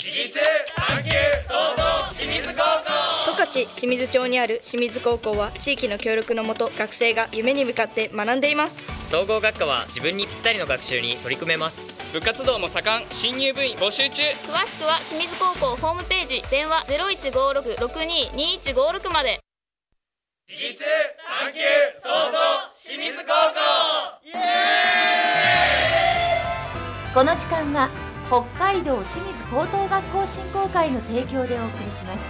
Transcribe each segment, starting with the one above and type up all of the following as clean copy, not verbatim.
私立探究創造清水高校。 十勝清水町にある清水高校は地域の協力のもと学生が夢に向かって学んでいます。 総合学科は自分にぴったりの学習に取り組めます。 部活動も盛ん、新入部員募集中。 詳しくは清水高校ホームページ、電話 0156-622156 まで。 私立探究創造清水高校。イエーイ。 この時間は北海道清水高等学校振興会の提供でお送りします。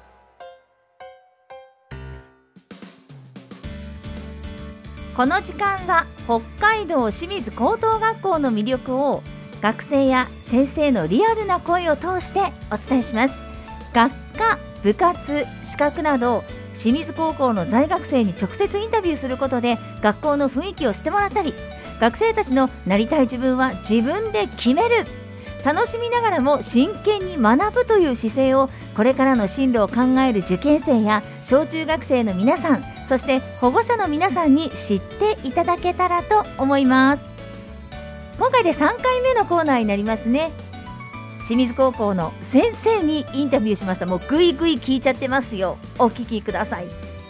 この時間は北海道清水高等学校の魅力を学生や先生のリアルな声を通してお伝えします。学科、部活、資格など清水高校の在学生に直接インタビューすることで学校の雰囲気をしてもらったり、学生たちのなりたい自分は自分で決める、楽しみながらも真剣に学ぶという姿勢をこれからの進路を考える受験生や小中学生の皆さん、そして保護者の皆さんに知っていただけたらと思います。今回で3回目のコーナーになりますね。清水高校の先生にインタビューしました。もうぐいぐい聞いちゃってますよ。お聞きください。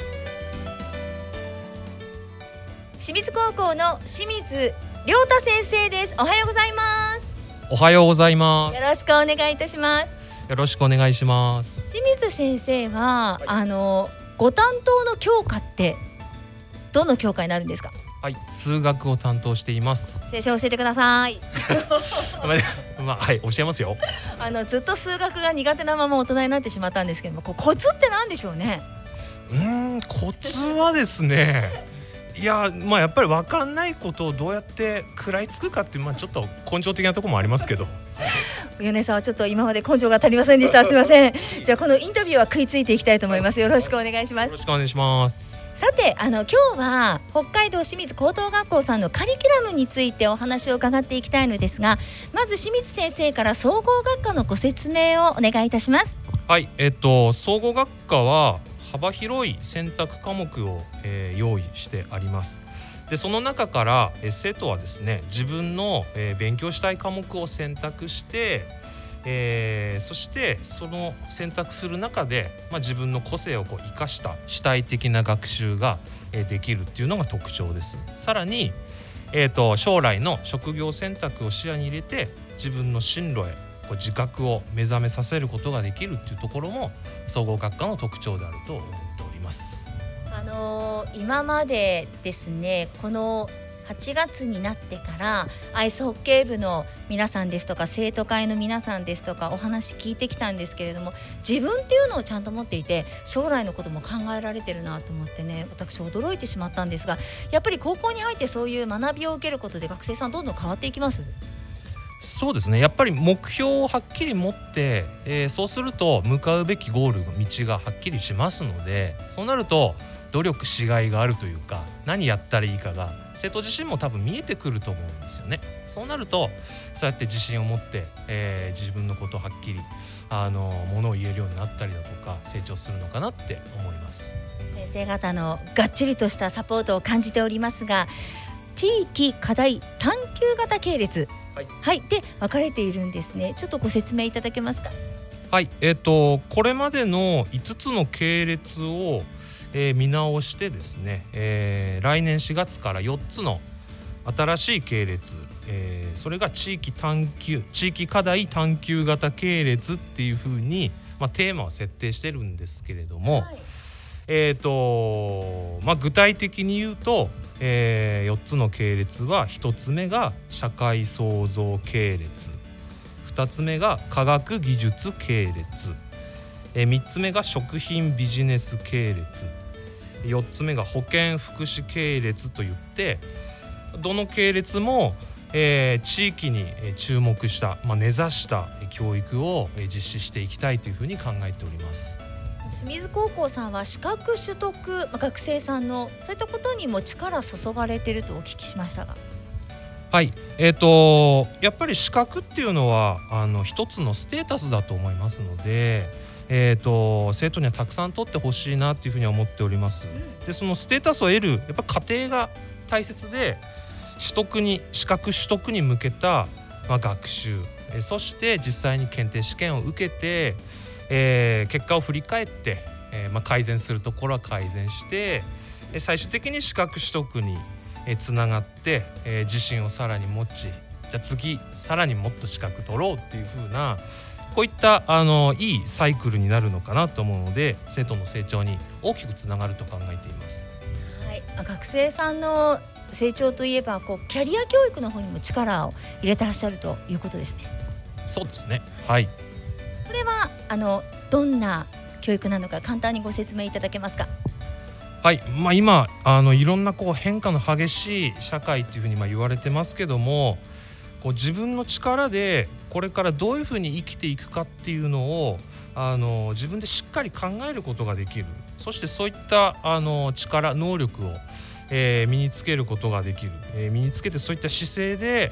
清水高校の清水亮太先生です。おはようございます。 おはようございます。 よろしくお願いいたします。 よろしくお願いします。 清水先生は、ご担当の教科ってどの教科になるんですか？ はい、数学を担当しています。 先生教えてください。 はい、教えますよ。 ずっと数学が苦手なまま大人になってしまったんですけども、コツって何でしょうね？ コツはですね、いや、やっぱり分かんないことをどうやって食らいつくかっていう、ちょっと根性的なところもありますけど。 米さんはちょっと今まで根性が足りませんでした。すみません。じゃあこのインタビューは食いついていきたいと思います。よろしくお願いします。 よろしくお願いします。 さて、今日は北海道清水高等学校さんのカリキュラムについてお話を伺っていきたいのですが、まず清水先生から総合学科のご説明をお願いいたします。 はい、総合学科は幅広い選択科目を、用意してあります。でその中から、生徒はですね、自分の、勉強したい科目を選択して、そしてその選択する中で、自分の個性を生かした主体的な学習が、できるっていうのが特徴です。さらに、将来の職業選択を視野に入れて自分の進路へ自覚を目覚めさせることができるっていうところも総合学科の特徴であると思っております。 今までですね、この8月になってからアイスホッケー部の皆さんですとか生徒会の皆さんですとかお話聞いてきたんですけれども、自分っていうのをちゃんと持っていて将来のことも考えられてるなと思ってね、私驚いてしまったんですが、やっぱり高校に入ってそういう学びを受けることで学生さんどんどん変わっていきます？ そうですね、やっぱり目標をはっきり持って、そうすると向かうべきゴールの道がはっきりしますので、そうなると努力しがいがあるというか、何やったらいいかが生徒自身も多分見えてくると思うんですよね。そうなるとそうやって自信を持って、自分のことをはっきりものを言えるようになったりだとか成長するのかなって思います。 先生方のがっちりとしたサポートを感じておりますが、地域課題探究型系列、はいで分かれているんですね。ちょっとご説明いただけますか？ はい、これまでの5つの系列を見直してですね、来年4月から4つの新しい系列、それが地域課題探究型系列っていうふうに、テーマを設定してるんですけれども、具体的に言うと、4つの系列は1つ目が社会創造系列、2つ目が科学技術系列、3つ目が食品ビジネス系列、4つ目が保健福祉系列といって、どの系列も、地域に注目した、根ざした教育を実施していきたいというふうに考えております。 清水高校さんは資格取得、学生さんのそういったことにも力注がれているとお聞きしましたが。 はい、やっぱり資格っていうのは一つのステータスだと思いますので、生徒にはたくさん取ってほしいなっていうふうに思っております。でそのステータスを得るやっぱ過程が大切で、資格取得に向けた、学習そして実際に検定試験を受けて、結果を振り返って、改善するところは改善して、最終的に資格取得につながって、自信をさらに持ち、じゃあ次さらにもっと資格取ろうっていう風な、こういったいいサイクルになるのかなと思うので、生徒の成長に大きくつながると考えています。 はい、学生さんの成長といえばキャリア教育の方にも力を入れてらっしゃるということですね。 そうですね。はい。 これはどんな教育なのか簡単にご説明いただけますか。 はい、今いろんな変化の激しい社会っていうふうに言われてますけども、自分の力でこれからどういうふうに生きていくかっていうのを自分でしっかり考えることができる。そしてそういった力能力を、身につけることができる、身につけてそういった姿勢で、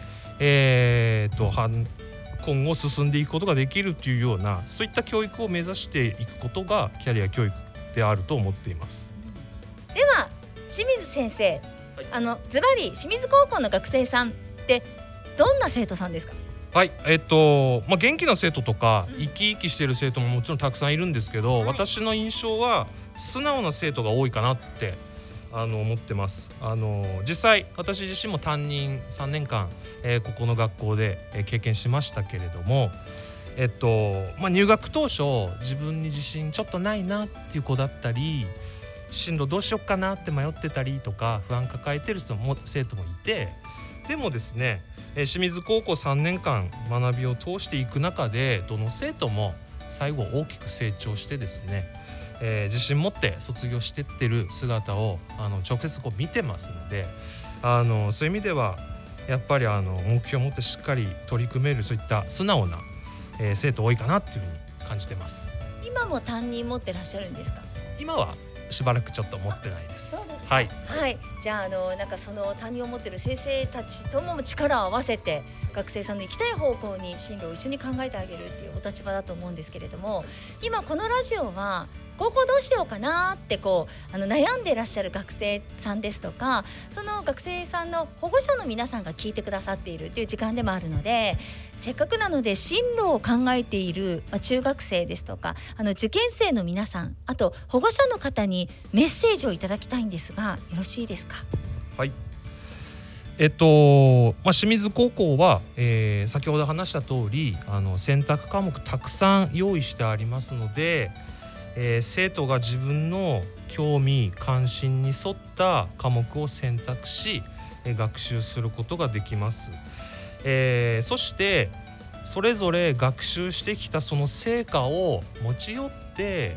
今後進んでいくことができるというような、そういった教育を目指していくことがキャリア教育であると思っています。 では清水先生、ズバリ清水高校の学生さんってどんな生徒さんですか。 はい、元気な生徒とか生き生きしている生徒ももちろんたくさんいるんですけど、私の印象は素直な生徒が多いかなって思ってます。実際私自身も担任3年間、ここの学校で経験しましたけれども、入学当初自分に自信ちょっとないなっていう子だったり、進路どうしよっかなって迷ってたりとか不安抱えてる生徒もいて、でもですね、清水高校3年間学びを通していく中で、どの生徒も最後大きく成長してですね、自信持って卒業してってる姿を直接見てますので、そういう意味ではやっぱり目標を持ってしっかり取り組める、そういった素直な、生徒多いかなっていうふうに感じてます。 今も担任持ってらっしゃるんですか。 今はしばらくちょっと持ってないです。 そうですか。はい、じゃあその担任を持っている先生たちとも力を合わせて学生さんの行きたい方向に進路を一緒に考えてあげるっていうお立場だと思うんですけれども、今このラジオは高校どうしようかなって悩んでいらっしゃる学生さんですとか、その学生さんの保護者の皆さんが聞いてくださっているという時間でもあるので、せっかくなので進路を考えている中学生ですとか受験生の皆さん、あと保護者の方にメッセージをいただきたいんですが、よろしいですか。 はい。清水高校は、先ほど話した通り選択科目たくさん用意してありますので、生徒が自分の興味関心に沿った科目を選択し、学習することができます。そしてそれぞれ学習してきたその成果を持ち寄って、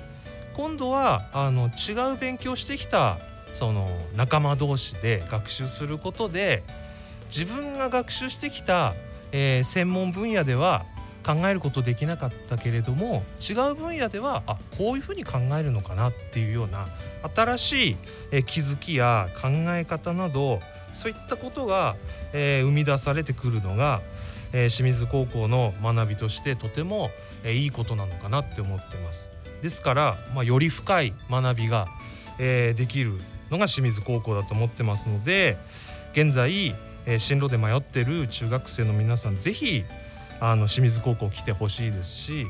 今度は違う勉強してきたその仲間同士で学習することで、自分が学習してきた、専門分野では考えることできなかったけれども、違う分野ではこういうふうに考えるのかなっていうような新しい、気づきや考え方など、そういったことが、生み出されてくるのが、清水高校の学びとしてとても、いいことなのかなって思ってます。ですから、より深い学びが、できるのが清水高校だと思ってますので、現在、進路で迷ってる中学生の皆さん、ぜひ清水高校来てほしいですし、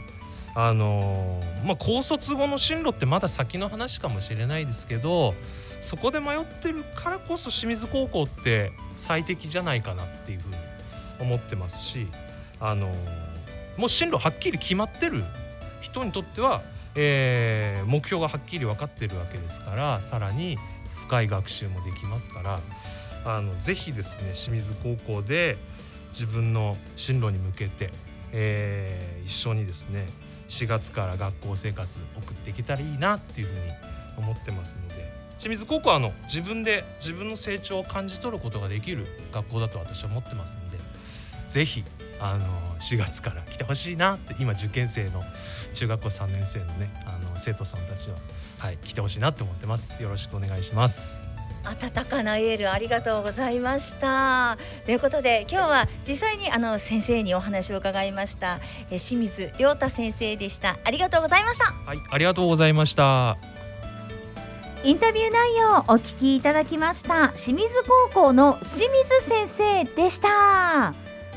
高卒後の進路ってまだ先の話かもしれないですけど、そこで迷ってるからこそ清水高校って最適じゃないかなっていうふうに思ってますし、もう進路はっきり決まってる人にとっては、目標がはっきり分かってるわけですから、さらに深い学習もできますから、ぜひですね、清水高校で自分の進路に向けて、一緒にですね4月から学校生活送っていけたらいいなっていうふうに思ってますので、清水高校は自分で自分の成長を感じ取ることができる学校だと私は思ってますので、ぜひ4月から来てほしいなって、今受験生の中学校3年生のね生徒さんたちは、来てほしいなって思ってます。よろしくお願いします。 温かなエールありがとうございました。ということで今日は実際に先生にお話を伺いました。清水亮太先生でした。ありがとうございました。 はい、ありがとうございました。 インタビュー内容をお聞きいただきました清水高校の清水先生でした。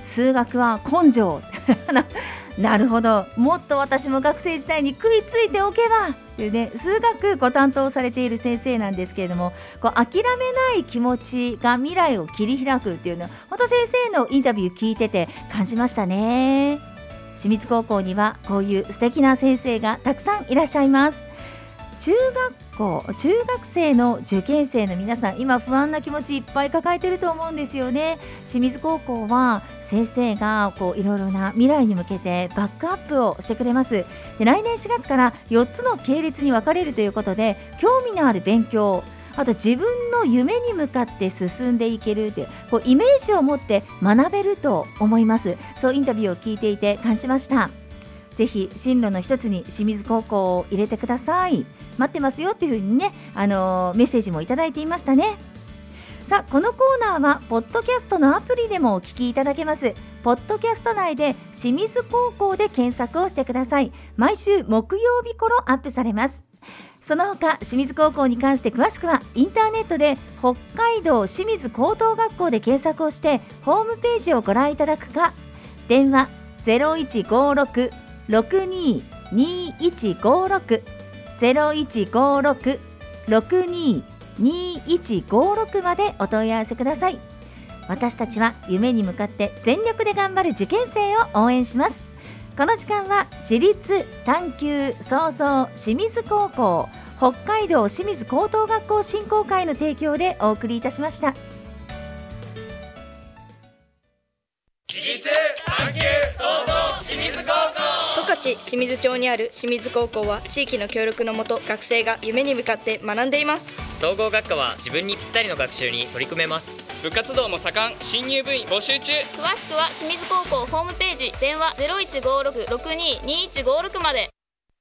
数学は根性なるほど、もっと私も学生時代に食いついておけばっていうね、数学ご担当されている先生なんですけれども、こう諦めない気持ちが未来を切り開くっていうのは本当先生のインタビュー聞いてて感じましたね。清水高校にはこういう素敵な先生がたくさんいらっしゃいます。中学生の受験生の皆さん、今不安な気持ちいっぱい抱えてると思うんですよね。清水高校は先生がこういろいろな未来に向けてバックアップをしてくれます。で、来年4月から4つの系列に分かれるということで、興味のある勉強、あと自分の夢に向かって進んでいけるってこうイメージを持って学べると思います。そうインタビューを聞いていて感じました。ぜひ進路の一つに清水高校を入れてください。待ってますよっていうふうにね、メッセージもいただいていましたね。さあ、このコーナーはポッドキャストのアプリでもお聞きいただけます。ポッドキャスト内で清水高校で検索をしてください。毎週木曜日頃アップされます。その他清水高校に関して詳しくはインターネットで北海道清水高等学校で検索をしてホームページをご覧いただくか、電話 0156-622156 0156-622156 までお問い合わせください。私たちは夢に向かって全力で頑張る受験生を応援します。この時間は自立探究創造清水高校北海道清水高等学校振興会の提供でお送りいたしました。 自立探究創造清水高校。 十勝清水町にある清水高校は地域の協力のもと学生が夢に向かって学んでいます。 総合学科は自分にぴったりの学習に取り組めます。 部活動も盛ん、新入部員募集中。 詳しくは清水高校ホームページ、電話 0156-622156 まで。